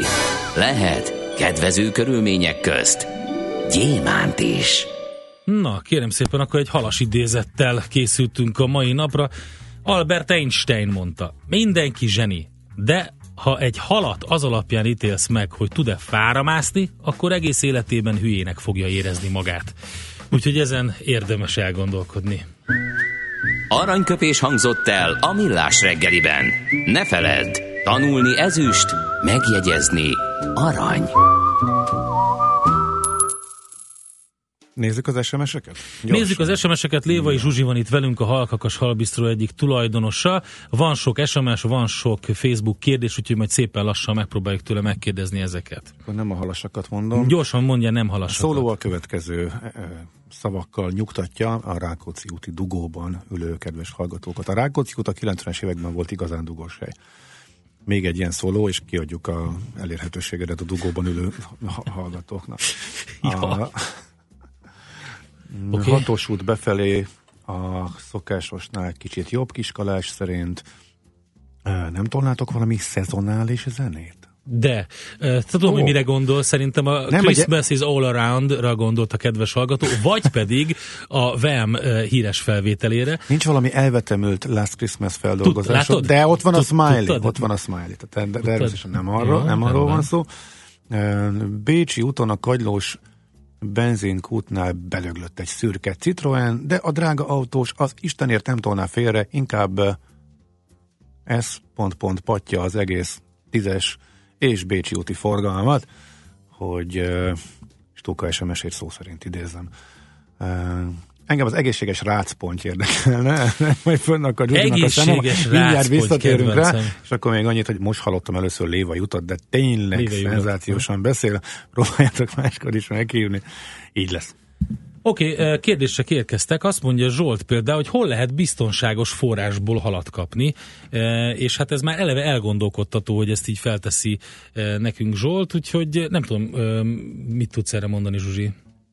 Lehet kedvező körülmények közt gyémánt is. Na, kérem szépen, akkor egy halas idézettel készültünk a mai napra. Albert Einstein mondta, mindenki zseni, de ha egy halat az alapján ítélsz meg, hogy tud-e fára mászni, akkor egész életében hülyének fogja érezni magát. Úgyhogy ezen érdemes elgondolkodni. Aranyköpés hangzott el a millás reggeliben. Ne feledd, tanulni ezüst, megjegyezni arany. Nézzük az es em es-eket? Gyorsan. Nézzük az es em es-eket. Lévai Zsuzsi van itt velünk, a Halkakas Halbisztró egyik tulajdonosa. Van sok es em es, van sok Facebook kérdés, úgyhogy majd szépen lassan megpróbáljuk tőle megkérdezni ezeket. Akkor nem a halasakat mondom. Gyorsan mondja, nem halasakat. A szóló a következő szavakkal nyugtatja a Rákóczi úti dugóban ülő kedves hallgatókat. A Rákóczi út a kilencvenes években volt igazán dugós hely. Még egy ilyen szóló, és kiadjuk a elérhetőségedet a dugóban ülő hallgatóknak. A... Okay. Hatos út befelé a szokásosnál kicsit jobb Kiskalás szerint. Nem tolnátok valami szezonális zenét? De, uh, tudom, oh. hogy mire gondol, szerintem a nem Christmas egy... is all around-ra gondolt a kedves hallgató, vagy pedig a vé em uh, híres felvételére. Nincs valami elvetemült Last Christmas feldolgozásod, Tud, de ott van a Tud, Smiley, tudtad? ott van a Smiley, tehát de, természetesen nem arról, ja, nem arról van szó. Uh, Bécsi úton a Kagylós benzinkútnál belöglött egy szürke Citroen, de a drága autós az Istenért nem tolná félre, inkább ez pont pont patja az egész tízes és Bécsi úti forgalmat, hogy uh, Stuka es em es-ét szó szerint idézem. Uh, engem az egészséges rácpont érdekelne, majd fönnak a Gyurinak a szemem, mindjárt visszatérünk rá, és akkor még annyit, hogy most hallottam először Lévai utat, de tényleg Lévai szenzációsan utat. Beszél, próbáljátok máskor is meghívni, így lesz. Oké, okay, kérdések érkeztek. Azt mondja Zsolt például, hogy hol lehet biztonságos forrásból halat kapni, és hát ez már eleve elgondolkodtató, hogy ezt így felteszi nekünk Zsolt, úgyhogy nem tudom, mit tudsz erre mondani, Zsuzsi?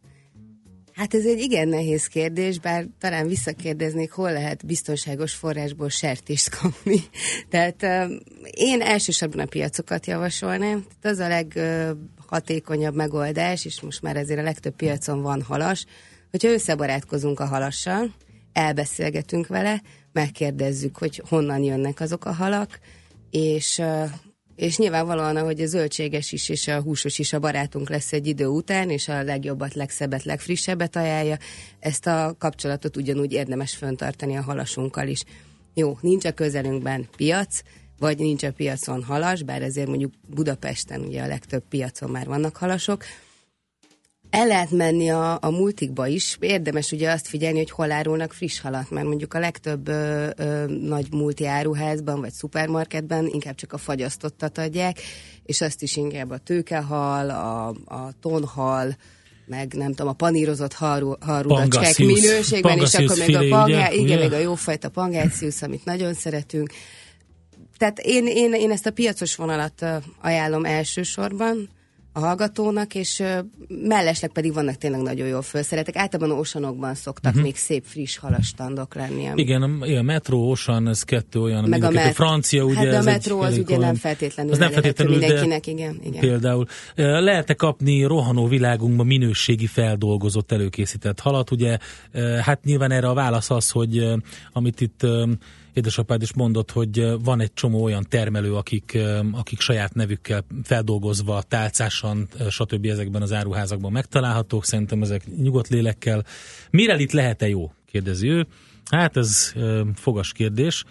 Hát ez egy igen nehéz kérdés, bár talán visszakérdeznék, hol lehet biztonságos forrásból sertést kapni. Tehát uh, én elsősorban a piacokat javasolnám. Tehát az a leghatékonyabb uh, megoldás, és most már azért a legtöbb piacon van halas, hogyha összebarátkozunk a halassal, elbeszélgetünk vele, megkérdezzük, hogy honnan jönnek azok a halak, és... Uh, és nyilvánvalóan, ahogy a zöldséges is és a húsos is a barátunk lesz egy idő után, és a legjobbat, legszebbet, legfrissebbet ajánlja, ezt a kapcsolatot ugyanúgy érdemes fenntartani a halasunkkal is. Jó, nincs a közelünkben piac, vagy nincs a piacon halas, bár ezért mondjuk Budapesten ugye a legtöbb piacon már vannak halasok. El lehet menni a, a multikba is, érdemes ugye azt figyelni, hogy hol árulnak friss halat, mert mondjuk a legtöbb ö, ö, nagy multi áruházban vagy szupermarketben inkább csak a fagyasztottat adják, és azt is inkább a tőkehal, a, a tonhal, meg nem tudom, a panírozott harudacskák minőségben, és akkor még a pangá, igen, még a jófajta pangáciusz, amit nagyon szeretünk. Tehát én, én, én ezt a piacos vonalat ajánlom elsősorban a hallgatónak, és uh, mellesleg pedig vannak tényleg nagyon jól felszereltek. Általában osanokban szoktak uh-huh. még szép, friss halastandok lenni. Ami... Igen, a, a Metro, Osan, ez kettő olyan, meg a, met... a francia, ugye. Hát de a ez Metro az ugye olyan... nem feltétlenül, az nem feltétlenül mindenkinek, igen, igen. Például lehet-e kapni rohanó világunkban minőségi feldolgozott, előkészített halat, ugye? Hát nyilván erre a válasz az, hogy amit itt édesapád is mondott, hogy van egy csomó olyan termelő, akik, akik saját nevükkel feldolgozva, tálcásan, stb. Ezekben az áruházakban megtalálhatók. Szerintem ezek nyugodt lélekkel. Mire itt lehet-e jó? Kérdezi ő. Hát ez fogas kérdés.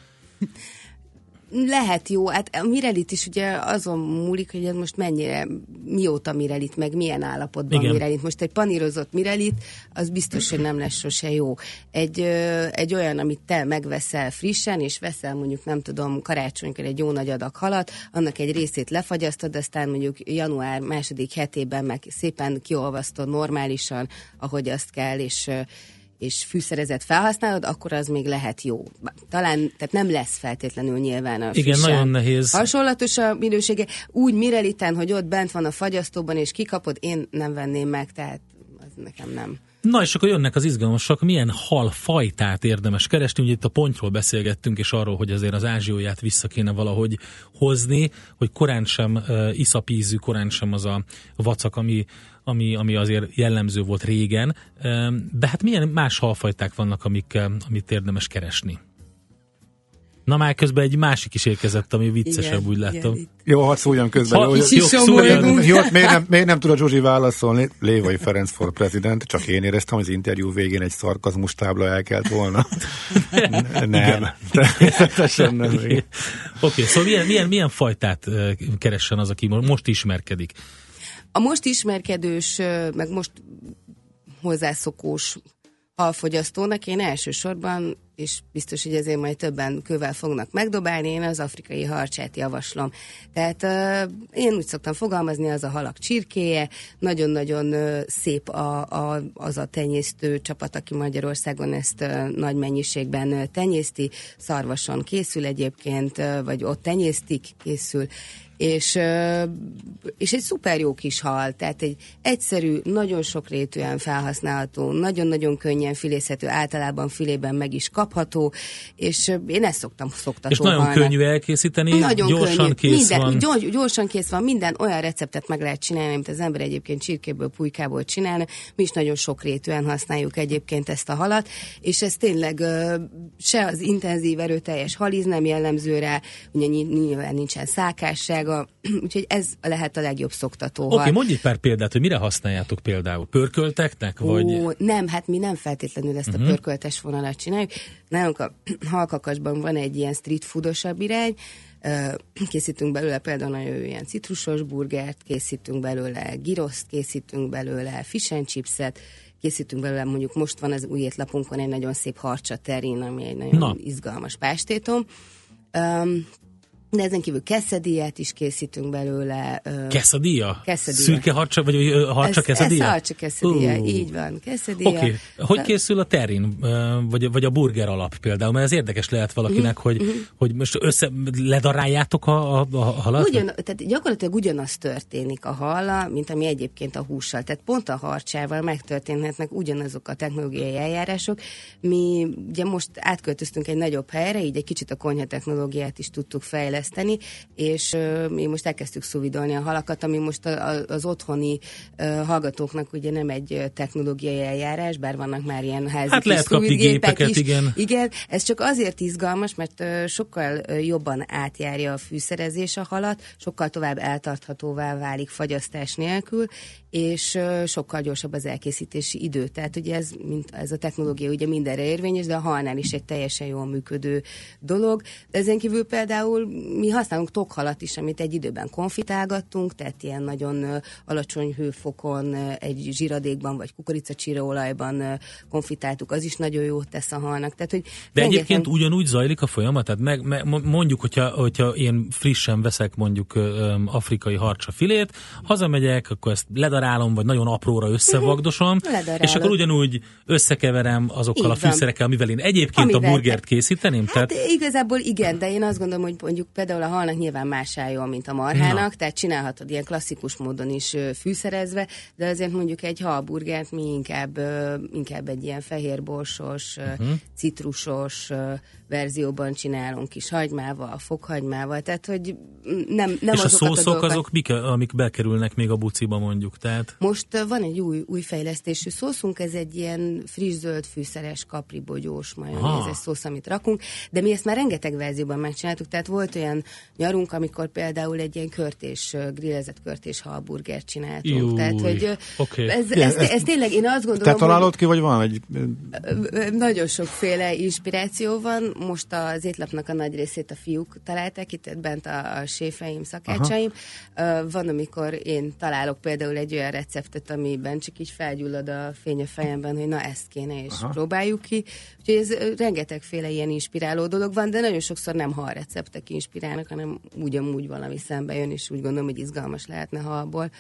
Lehet jó, hát a Mirelit is ugye azon múlik, hogy ez most mennyire, mióta Mirelit, meg milyen állapotban igen. Mirelit. Most egy panírozott Mirelit, az biztos, hogy nem lesz sose jó. Egy, ö, egy olyan, amit te megveszel frissen, és veszel mondjuk, nem tudom, karácsonykor egy jó nagy adag halat, annak egy részét lefagyasztod, aztán mondjuk január második hetében meg szépen kiolvasztod normálisan, ahogy azt kell, és és fűszerezet felhasználod, akkor az még lehet jó. Talán, tehát nem lesz feltétlenül nyilván a igen, nagyon nehéz. Hasonlatos a minősége. Úgy Mireliten, hogy ott bent van a fagyasztóban, és kikapod, én nem venném meg, tehát az nekem nem. Na és akkor jönnek az izgalmasak, milyen halfajtát érdemes keresni. Ugye itt a pontyról beszélgettünk, és arról, hogy azért az ázsióját vissza kéne valahogy hozni, hogy korán sem uh, iszapízű, korán sem az a vacak, ami, ami, ami azért jellemző volt régen. Uh, de hát milyen más halfajták vannak, amik, uh, amit érdemes keresni? Na már közben egy másik is érkezett, ami viccesebb, úgy láttam. Igen, jó, hadd szóljam közben. Ha, jó, jó, szóljon. Jó, miért nem, miért nem tud a Zsuzsi válaszolni? Lévai Ferenc for President, csak én éreztem, hogy az interjú végén egy szarkazmus tábla elkelt volna. Nem. Természetesen nem. Oké, okay, szóval milyen, milyen, milyen fajtát keressen az, aki most ismerkedik? A most ismerkedős, meg most hozzászokós halfogyasztónak én elsősorban, és biztos, hogy ezért majd többen kővel fognak megdobálni, én az afrikai harcsát javaslom. Tehát uh, én úgy szoktam fogalmazni, az a halak csirkéje, nagyon-nagyon uh, szép a, a, az a tenyésztő csapat, aki Magyarországon ezt uh, nagy mennyiségben uh, tenyészti, szarvason készül egyébként, uh, vagy ott tenyésztik, készül, és, és egy szuper jó kis hal, tehát egy egyszerű, nagyon sokrétűen felhasználható, nagyon-nagyon könnyen filézhető, általában filében meg is kapható, és én ezt szoktam szoktató. És nagyon halnak. Könnyű elkészíteni, nagyon gyorsan könnyű. Kész minden, van. Gyors, gyorsan kész van, minden olyan receptet meg lehet csinálni, amit az ember egyébként csirkéből, pulykából csinálna. Mi is nagyon sokrétűen használjuk egyébként ezt a halat, és ez tényleg se az intenzív, erőteljes halíz nem jellemző rá, ugye nyilván nincsen szákásság, úgyhogy ez lehet a legjobb szoktató hal. Oké, okay, mondj egy pár példát, hogy mire használjátok például? Pörkölteknek? Vagy... Ó, nem, hát mi nem feltétlenül ezt uh-huh. a pörköltes vonalat csináljuk. Nálunk a halkakasban van egy ilyen street foodosabb irány, készítünk belőle például nagyon ilyen citrusos burgert, készítünk belőle giroszt, készítünk belőle fish and chipset, készítünk belőle, mondjuk most van az új étlapunkon egy nagyon szép harcsa terén, ami egy nagyon Na. izgalmas pástétom. Um, De ezen kívül quesadillát is készítünk belőle. Quesadilla? Quesadilla. Szürke harcsa, vagy ö, harcsa quesadilla? Ez harcsa quesadilla, uh. így van. Quesadilla. Oké. Okay. Hogy készül a terrin, vagy, vagy a burger alap például? Mert ez érdekes lehet valakinek, uh-huh. hogy, uh-huh. hogy most össze ledaráljátok a, a, a halat? Ugyan, tehát gyakorlatilag ugyanaz történik a hallal, mint ami egyébként a hússal. Tehát pont a harcsával megtörténhetnek ugyanazok a technológiai eljárások. Mi ugye most átköltöztünk egy nagyobb helyre, így egy kicsit a konyha technológiát is tudtuk fejleszteni, és uh, mi most elkezdtük szuvidolni a halakat, ami most a, a, az otthoni uh, hallgatóknak ugye nem egy technológiai eljárás, bár vannak már ilyen házi hát lehet kapni gépeket, is. Igen. Igen, ez csak azért izgalmas, mert uh, sokkal uh, jobban átjárja a fűszerezés a halat, sokkal tovább eltarthatóvá válik fagyasztás nélkül, és uh, sokkal gyorsabb az elkészítési idő. Tehát ugye ez, mint ez a technológia ugye mindenre érvényes, de a halnál is egy teljesen jól működő dolog. De ezen kívül például mi használunk tokhalat is, amit egy időben konfitálgattunk, tehát ilyen nagyon uh, alacsony hőfokon uh, egy zsiradékban vagy kukoricacsíraolajban uh, konfitáltuk, az is nagyon jót tesz a halnak. Tehát, hogy de egyébként ugyanúgy zajlik a folyamat? Tehát meg, meg, mondjuk, hogyha, hogyha én frissen veszek mondjuk um, afrikai harcsafilét, hazamegyek, akkor ezt ledarálom, vagy nagyon apróra összevagdosom, és akkor ugyanúgy összekeverem azokkal így a fűszerekkel, amivel én egyébként amivel a burgert készíteném? Hát tehát... igazából igen, de én azt gondolom, hogy mondjuk például a halnak nyilván más áll jól, mint a marhának, na. Tehát csinálhatod ilyen klasszikus módon is fűszerezve, de azért mondjuk egy halburgert mi inkább, inkább egy ilyen fehérborsos, uh-huh. citrusos verzióban csinálunk kis hagymával, fokhagymával, tehát hogy nem, nem és azokat a szószok a dolgokat... azok mik, amik bekerülnek még a buciba mondjuk, tehát? Most van egy új, új fejlesztésű szószunk, ez egy ilyen friss zöld fűszeres kapribogyós majonézes szósz, amit rakunk, de mi ezt már rengeteg verzióban megcsináltuk, tehát volt olyan nyarunk, amikor például egy ilyen körtés, grillezett körtés halburgert csináltunk. Júj, tehát, hogy okay. ez, ez, ez, ez tényleg, én azt gondolom, te találod ki, vagy van egy... Nagyon sokféle inspiráció van. Most az étlapnak a nagy részét a fiúk találták, itt bent a, a séfeim, szakácsaim. Uh, van, amikor én találok például egy olyan receptet, amiben csak így felgyullad a fény a fejemben, hogy na ezt kéne, és aha. próbáljuk ki. Úgyhogy ez rengetegféle ilyen inspiráló dolog van, de nagyon sokszor nem hal receptek inspirálnak, hanem úgy-amúgy valami szembe jön, és úgy gondolom, hogy izgalmas lehetne halból.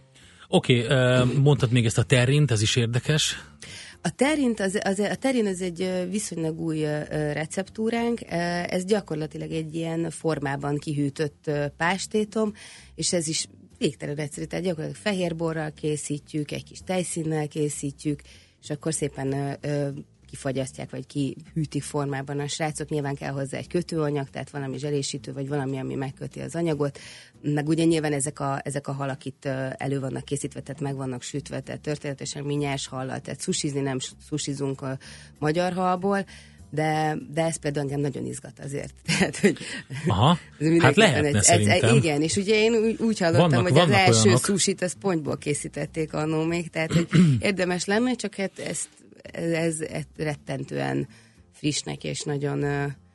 Oké, okay, mondtad még ezt a terrint, ez is érdekes. A terrint, az, az, a terrin az egy viszonylag új receptúránk, ez gyakorlatilag egy ilyen formában kihűtött pástétom, és ez is végtelen egyszerű, tehát gyakorlatilag fehérborral készítjük, egy kis tejszínnel készítjük, és akkor szépen kifagyasztják, vagy kihűtik formában a srácok. Nyilván kell hozzá egy kötőanyag, tehát valami zselésítő, vagy valami, ami megköti az anyagot. Meg ugye nyilván ezek a, ezek a halak itt elő vannak készítve, tehát meg vannak sütve, tehát történetesen mi nyers hallal, tehát sushizni nem susizunk a magyar halból, de, de ez például engem nagyon izgat azért. Tehát, hogy aha, hát lehetne ez, szerintem. Ez, igen, és ugye én úgy, úgy hallottam, vannak, hogy az első olyanok. Sushit az pontyból készítették annó még, tehát hogy érdemes lenne, csak hát ezt Ez, ez, ez rettentően frissnek, és nagyon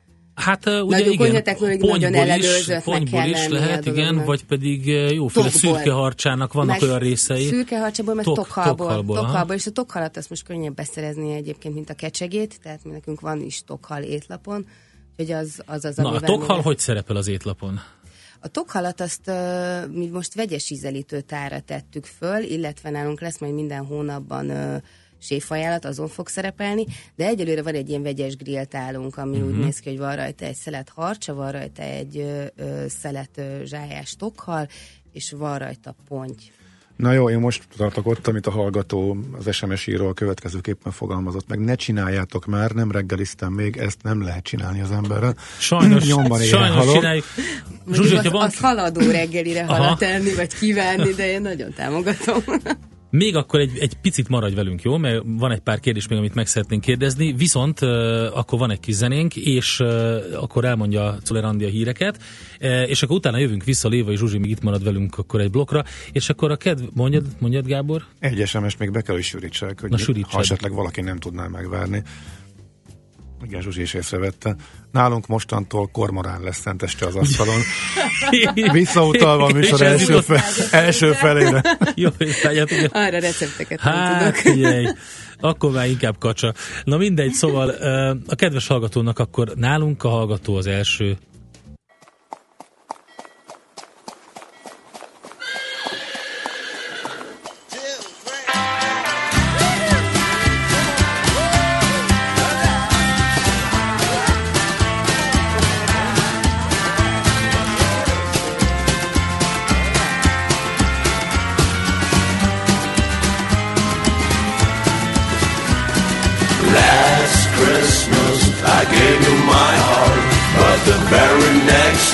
hát ugye igen, pontyból is, pontyból is lehet, igen, vagy pedig jóféle szürkeharcsának vannak meg olyan részei. Szürkeharcsából, meg Tok, tokhalból. Tokhalból, tokhalból és a tokhalat azt most könnyebb beszerezni egyébként, mint a kecsegét, tehát mi nekünk van is tokhal étlapon, hogy az az, az na, a tokhal mi hogy szerepel az étlapon? A tokhalat azt uh, mi most vegyes ízelítőtárra tettük föl, illetve nálunk lesz majd minden hónapban uh, séfajánlat, azon fog szerepelni, de egyelőre van egy ilyen vegyes grilltálunk, ami uh-huh. úgy néz ki, hogy van rajta egy szelet harcsa, van rajta egy ö, ö, szelet ö, zsájás tokhal, és van rajta ponty. Na jó, én most tartok ott, amit a hallgató az es em es író a következőképpen fogalmazott meg. Ne csináljátok már, nem reggeliztem még, ezt nem lehet csinálni az emberrel. Sajnos, sajnos csináljuk. Zsuzsi, az, van... az haladó reggelire halat enni, vagy kívánni, de én nagyon támogatom. Még akkor egy, egy picit maradj velünk, jó? Mert van egy pár kérdés még, amit meg szeretnénk kérdezni, viszont uh, akkor van egy kis zenénk, és uh, akkor elmondja Czoller Andi a híreket, uh, és akkor utána jövünk vissza, Léva és Zsuzsi még itt marad velünk akkor egy blokkra, és akkor a kedv... Mondjad, mondjad Gábor? Egy es em es még be kell, hogy sűrítsek, hogy Na, ha esetleg valaki nem tudná megvárni. Igen, Zsuzsi is észrevette. Nálunk mostantól kormorán lesz szenteste az asztalon. Visszautalva a műsor első, fe, első felére. Jó, arra recepteket hát, nem tudok. Figyelj, akkor már inkább kacsa. Na mindegy, szóval a kedves hallgatónak akkor nálunk a hallgató az első.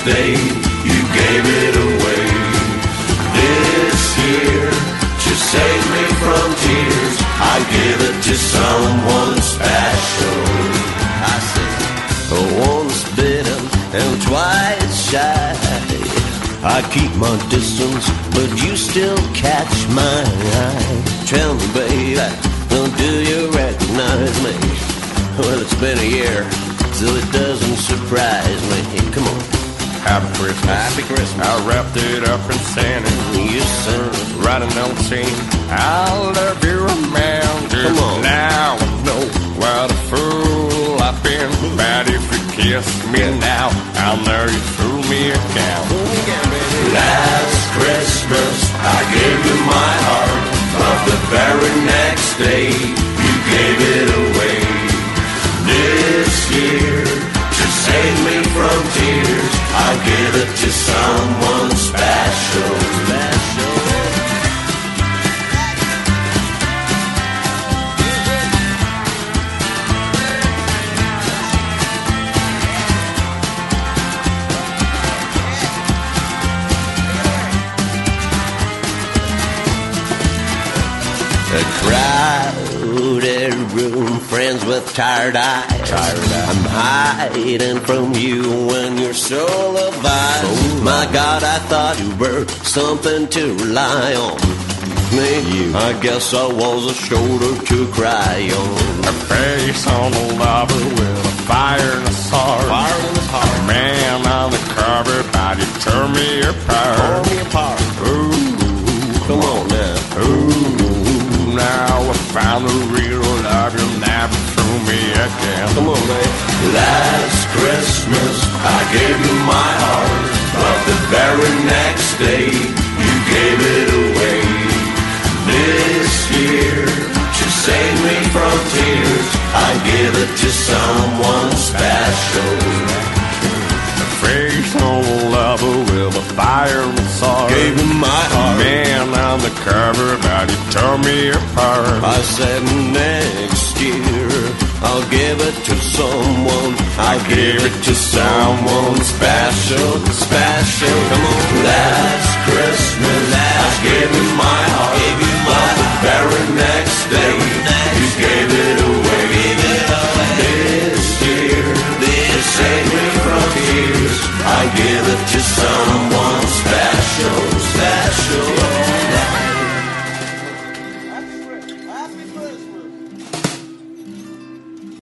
day you gave it away. This year to save me from tears, I give it to someone special. I said, once bitten and twice shy. I keep my distance, but you still catch my eye. Tell me, baby, do you recognize me? Well, it's been a year, so it doesn't surprise me. Come on. Happy Christmas. Happy Christmas. I wrapped it up and sent it. You sent it. Writing on the scene. I'll love you, man. Come on. Now I know what a fool I've been. But if you kiss me now, I'll know you threw me a cow. Last Christmas, I gave you my heart, but the very next day, you gave it away. This year, to save me from tears, I'll give it to someone special. Special. A crowded room, friends with tired eyes. Tired eyes. I'm hiding from you when you're so alive. Oh, my God, I thought you were something to rely on. Me, you. I guess I was a shoulder to cry on. A face on the lava with a fire in his heart. Fire in his heart. A man on the cover, body tore me apart. Tore me apart. Ooh, come on now. Ooh. Now I found the real love, you'll never throw me again. Come on, man. Last Christmas, I gave you my heart, but the very next day, you gave it away. This year, to save me from tears, I give it to someone special. A face on the lover with a fire in his heart. Gave him my heart. Man on the cover, but he tore me apart. I said next year I'll give it to someone. I'll give it to someone special, special. Come on. Last Christmas, I gave you my heart. Gave you my the very next day, you gave it away. Gave it away. This year, this save me from tears. I give it to someone